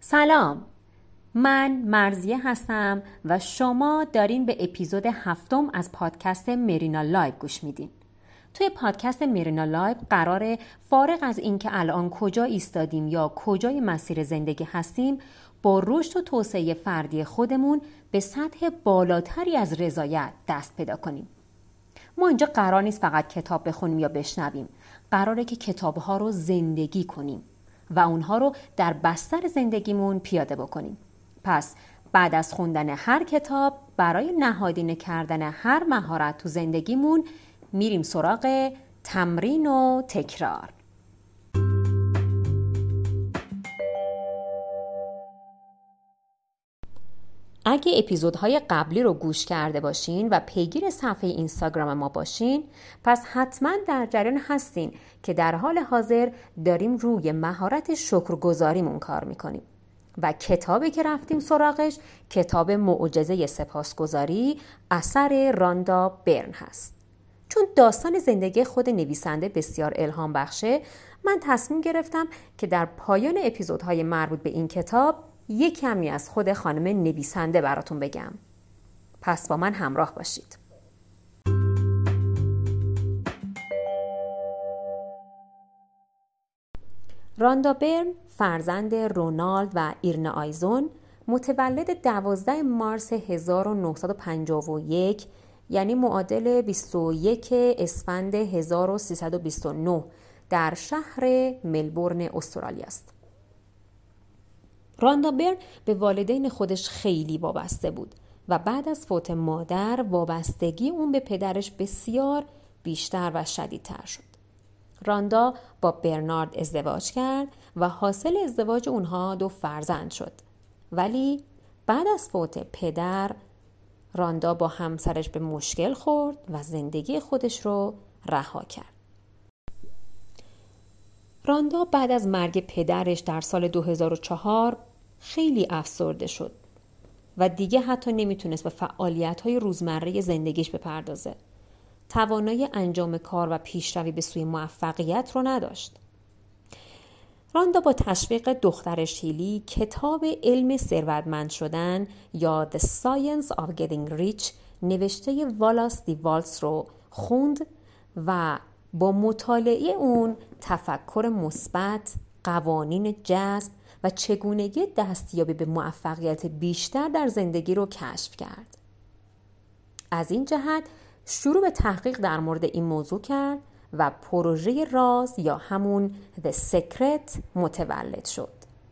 سلام، من مرضیه هستم و شما دارین به اپیزود 7 از پادکست مرینا لایو گوش میدین. توی پادکست مرینا لایو قراره فارغ از اینکه الان کجا ایستادیم یا کجای مسیر زندگی هستیم، با رشد و توسعه فردی خودمون به سطح بالاتری از رضایت دست پیدا کنیم. ما اینجا قرار نیست فقط کتاب بخونیم یا بشنویم، قراره که کتاب‌ها رو زندگی کنیم و اونها رو در بستر زندگیمون پیاده بکنیم. پس بعد از خوندن هر کتاب برای نهادینه کردن هر مهارت تو زندگیمون میریم سراغ تمرین و تکرار. اگه اپیزودهای قبلی رو گوش کرده باشین و پیگیر صفحه اینستاگرام ما باشین، پس حتما در جریان هستین که در حال حاضر داریم روی مهارت شکرگزاریمون کار میکنیم و کتابی که رفتیم سراغش کتاب معجزه سپاسگزاری اثر راندا برن هست. چون داستان زندگی خود نویسنده بسیار الهام بخشه، من تصمیم گرفتم که در پایان اپیزودهای مربوط به این کتاب یک کمی از خود خانم نویسنده براتون بگم. پس با من همراه باشید. راندا برن فرزند رونالد و ایرنا آیزون، متولد 12 مارس 1951 یعنی معادل 21 اسفند 1329 در شهر ملبورن استرالیا است. راندا برن به والدین خودش خیلی وابسته بود و بعد از فوت مادر وابستگی اون به پدرش بسیار بیشتر و شدیدتر شد. راندا با برنارد ازدواج کرد و حاصل ازدواج اونها 2 فرزند شد. ولی بعد از فوت پدر راندا با همسرش به مشکل خورد و زندگی خودش رو رها کرد. راندا بعد از مرگ پدرش در سال 2004 خیلی افسرده شد و دیگه حتی نمیتونست به فعالیت‌های روزمره زندگیش بپردازه. توانایی انجام کار و پیشروی به سوی موفقیت رو نداشت. راندا با تشویق دخترش هیلی کتاب علم ثروتمند شدن یا The Science of Getting Rich نوشته والاس دیوالتس رو خوند و با مطالعه اون تفکر مثبت، قوانین جذب و چگونگی دستیابی به موفقیت بیشتر در زندگی رو کشف کرد. از این جهت شروع به تحقیق در مورد این موضوع کرد و پروژه راز یا همون The Secret متولد شد.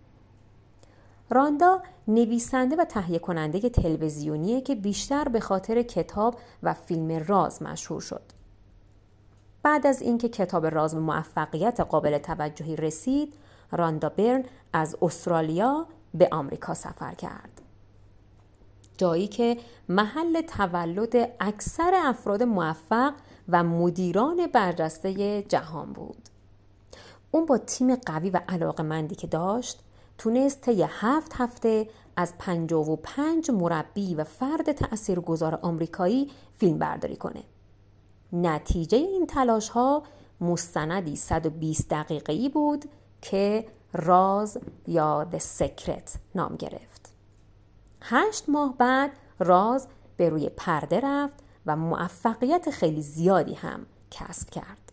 راندا نویسنده و تهیه کننده تلویزیونیه که بیشتر به خاطر کتاب و فیلم راز مشهور شد. بعد از اینکه کتاب راز به موفقیت قابل توجهی رسید، راندا برن از استرالیا به آمریکا سفر کرد. جایی که محل تولد اکثر افراد موفق و مدیران برجسته جهان بود. اون با تیم قوی و علاقه‌مندی که داشت، تونست طی 7 هفته از 55 مربی و فرد تأثیرگذار آمریکایی فیلم برداری کنه. نتیجه این تلاش‌ها مستندی 120 دقیقه‌ای بود که راز یا The Secret نام گرفت. 8 ماه بعد راز به روی پرده رفت و موفقیت خیلی زیادی هم کسب کرد.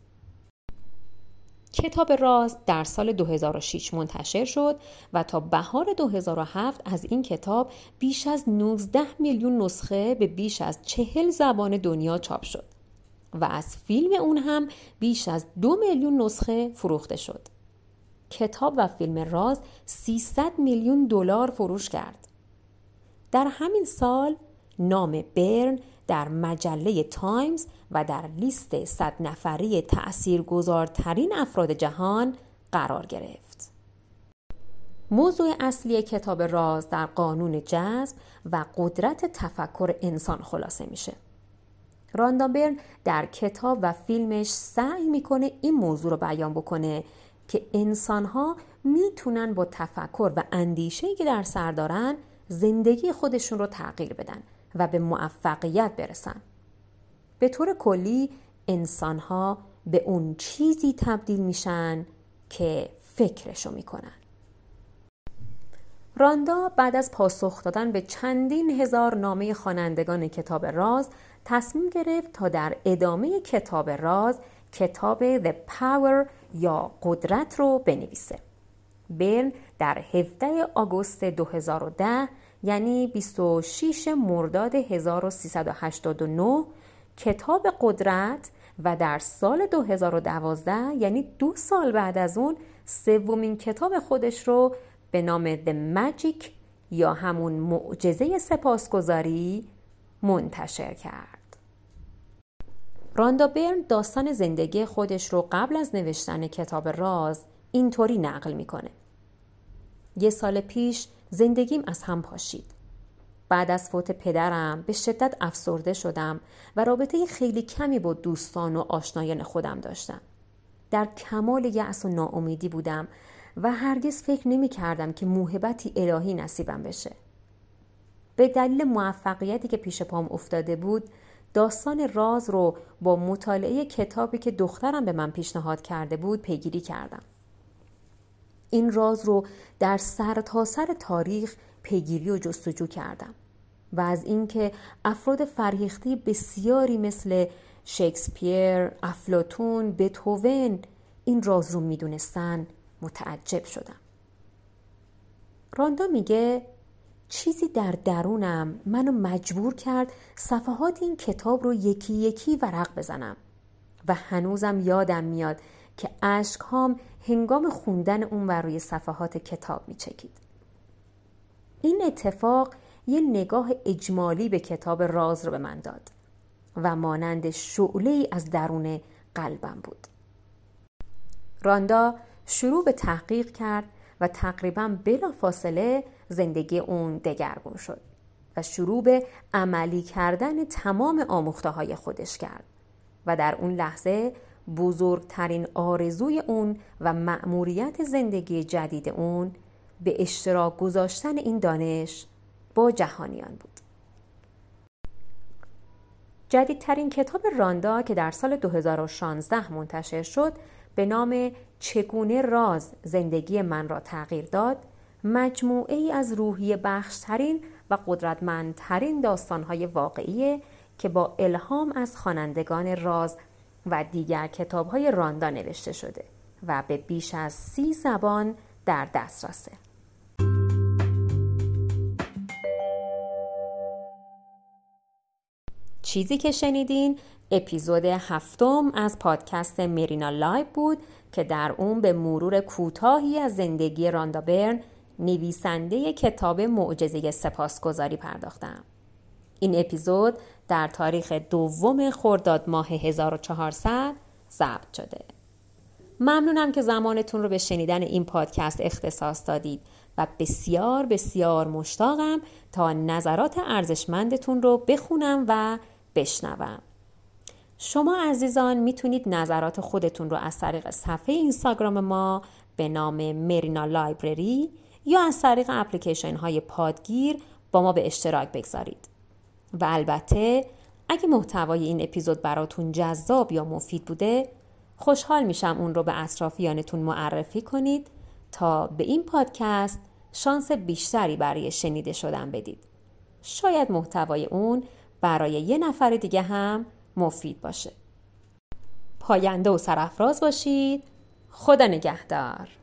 کتاب راز در سال 2006 منتشر شد و تا بهار 2007 از این کتاب بیش از 19 میلیون نسخه به بیش از 40 زبان دنیا چاپ شد و از فیلم اون هم بیش از 2 میلیون نسخه فروخته شد. کتاب و فیلم راز 300 میلیون دلار فروش کرد. در همین سال نام برن در مجله تایمز و در لیست 100 نفری تأثیرگذارترین افراد جهان قرار گرفت. موضوع اصلی کتاب راز در قانون جذب و قدرت تفکر انسان خلاصه میشه. راندا برن در کتاب و فیلمش سعی میکنه این موضوع رو بیان بکنه که انسان‌ها میتونن با تفکر و اندیشه‌ای که در سر دارن زندگی خودشون رو تغییر بدن و به موفقیت برسن. به طور کلی انسان‌ها به اون چیزی تبدیل میشن که فکرشو میکنن. راندا بعد از پاسخ دادن به چندین هزار نامه خوانندگان کتاب راز تصمیم گرفت تا در ادامه کتاب راز کتاب The Power یا قدرت رو بنویسه. برن در 17 آگوست 2010 یعنی 26 مرداد 1389 کتاب قدرت و در سال 2012 یعنی 2 سال بعد از اون سومین کتاب خودش رو به نام The Magic یا همون معجزه سپاسگزاری منتشر کرد. راندا برن داستان زندگی خودش رو قبل از نوشتن کتاب راز اینطوری نقل میکنه. 1 سال پیش زندگیم از هم پاشید. بعد از فوت پدرم به شدت افسرده شدم و رابطه خیلی کمی با دوستان و آشنایان خودم داشتم. در کمال یأس و ناامیدی بودم و هرگز فکر نمی کردم که موهبتی الهی نصیبم بشه. به دلیل موفقیتی که پیش پام افتاده بود، داستان راز رو با مطالعه کتابی که دخترم به من پیشنهاد کرده بود پیگیری کردم. این راز رو در سرتاسر تاریخ پیگیری و جستجو کردم و از اینکه افراد فرهیخته بسیاری مثل شکسپیر، افلاطون، بتهوون این راز رو میدونستن متعجب شدم. راندا میگه چیزی در درونم منو مجبور کرد صفحات این کتاب رو یکی یکی ورق بزنم و هنوزم یادم میاد که اشک‌هام هنگام خوندن اون بر روی صفحات کتاب میچکید. این اتفاق یه نگاه اجمالی به کتاب راز رو به من داد و مانند شعله‌ای از درون قلبم بود. راندا شروع به تحقیق کرد و تقریباً بلافاصله زندگی اون دگرگون شد و شروع به عملی کردن تمام آموخته‌های خودش کرد و در اون لحظه بزرگترین آرزوی اون و مأموریت زندگی جدید اون به اشتراک گذاشتن این دانش با جهانیان بود. جدیدترین کتاب راندا که در سال 2016 منتشر شد به نام چگونه راز زندگی من را تغییر داد، مجموعه ای از روحیه بخشترین و قدرتمندترین داستان‌های واقعی که با الهام از خوانندگان راز و دیگر کتاب‌های راندا نوشته شده و به بیش از 30 زبان در دسترسه. چیزی که شنیدین اپیزود 7 از پادکست مرینا لایو بود که در اون به مرور کوتاهی از زندگی راندا برن، نویسنده کتاب معجزه سپاسگزاری پرداختم. این اپیزود در تاریخ 2 خرداد ماه 1400 ضبط شده. ممنونم که زمانتون رو به شنیدن این پادکست اختصاص دادید و بسیار بسیار مشتاقم تا نظرات ارزشمندتون رو بخونم و بشنوم. شما عزیزان میتونید نظرات خودتون رو از طریق صفحه اینستاگرام ما به نام مرینا لایبرری یا از طریق اپلیکیشن های پادگیر با ما به اشتراک بگذارید. و البته اگه محتوای این اپیزود براتون جذاب یا مفید بوده، خوشحال میشم اون رو به اطرافیانتون معرفی کنید تا به این پادکست شانس بیشتری برای شنیده شدن بدید. شاید محتوای اون برای یه نفر دیگه هم مفید باشه. پاینده و سرافراز باشید. خدا نگهدار.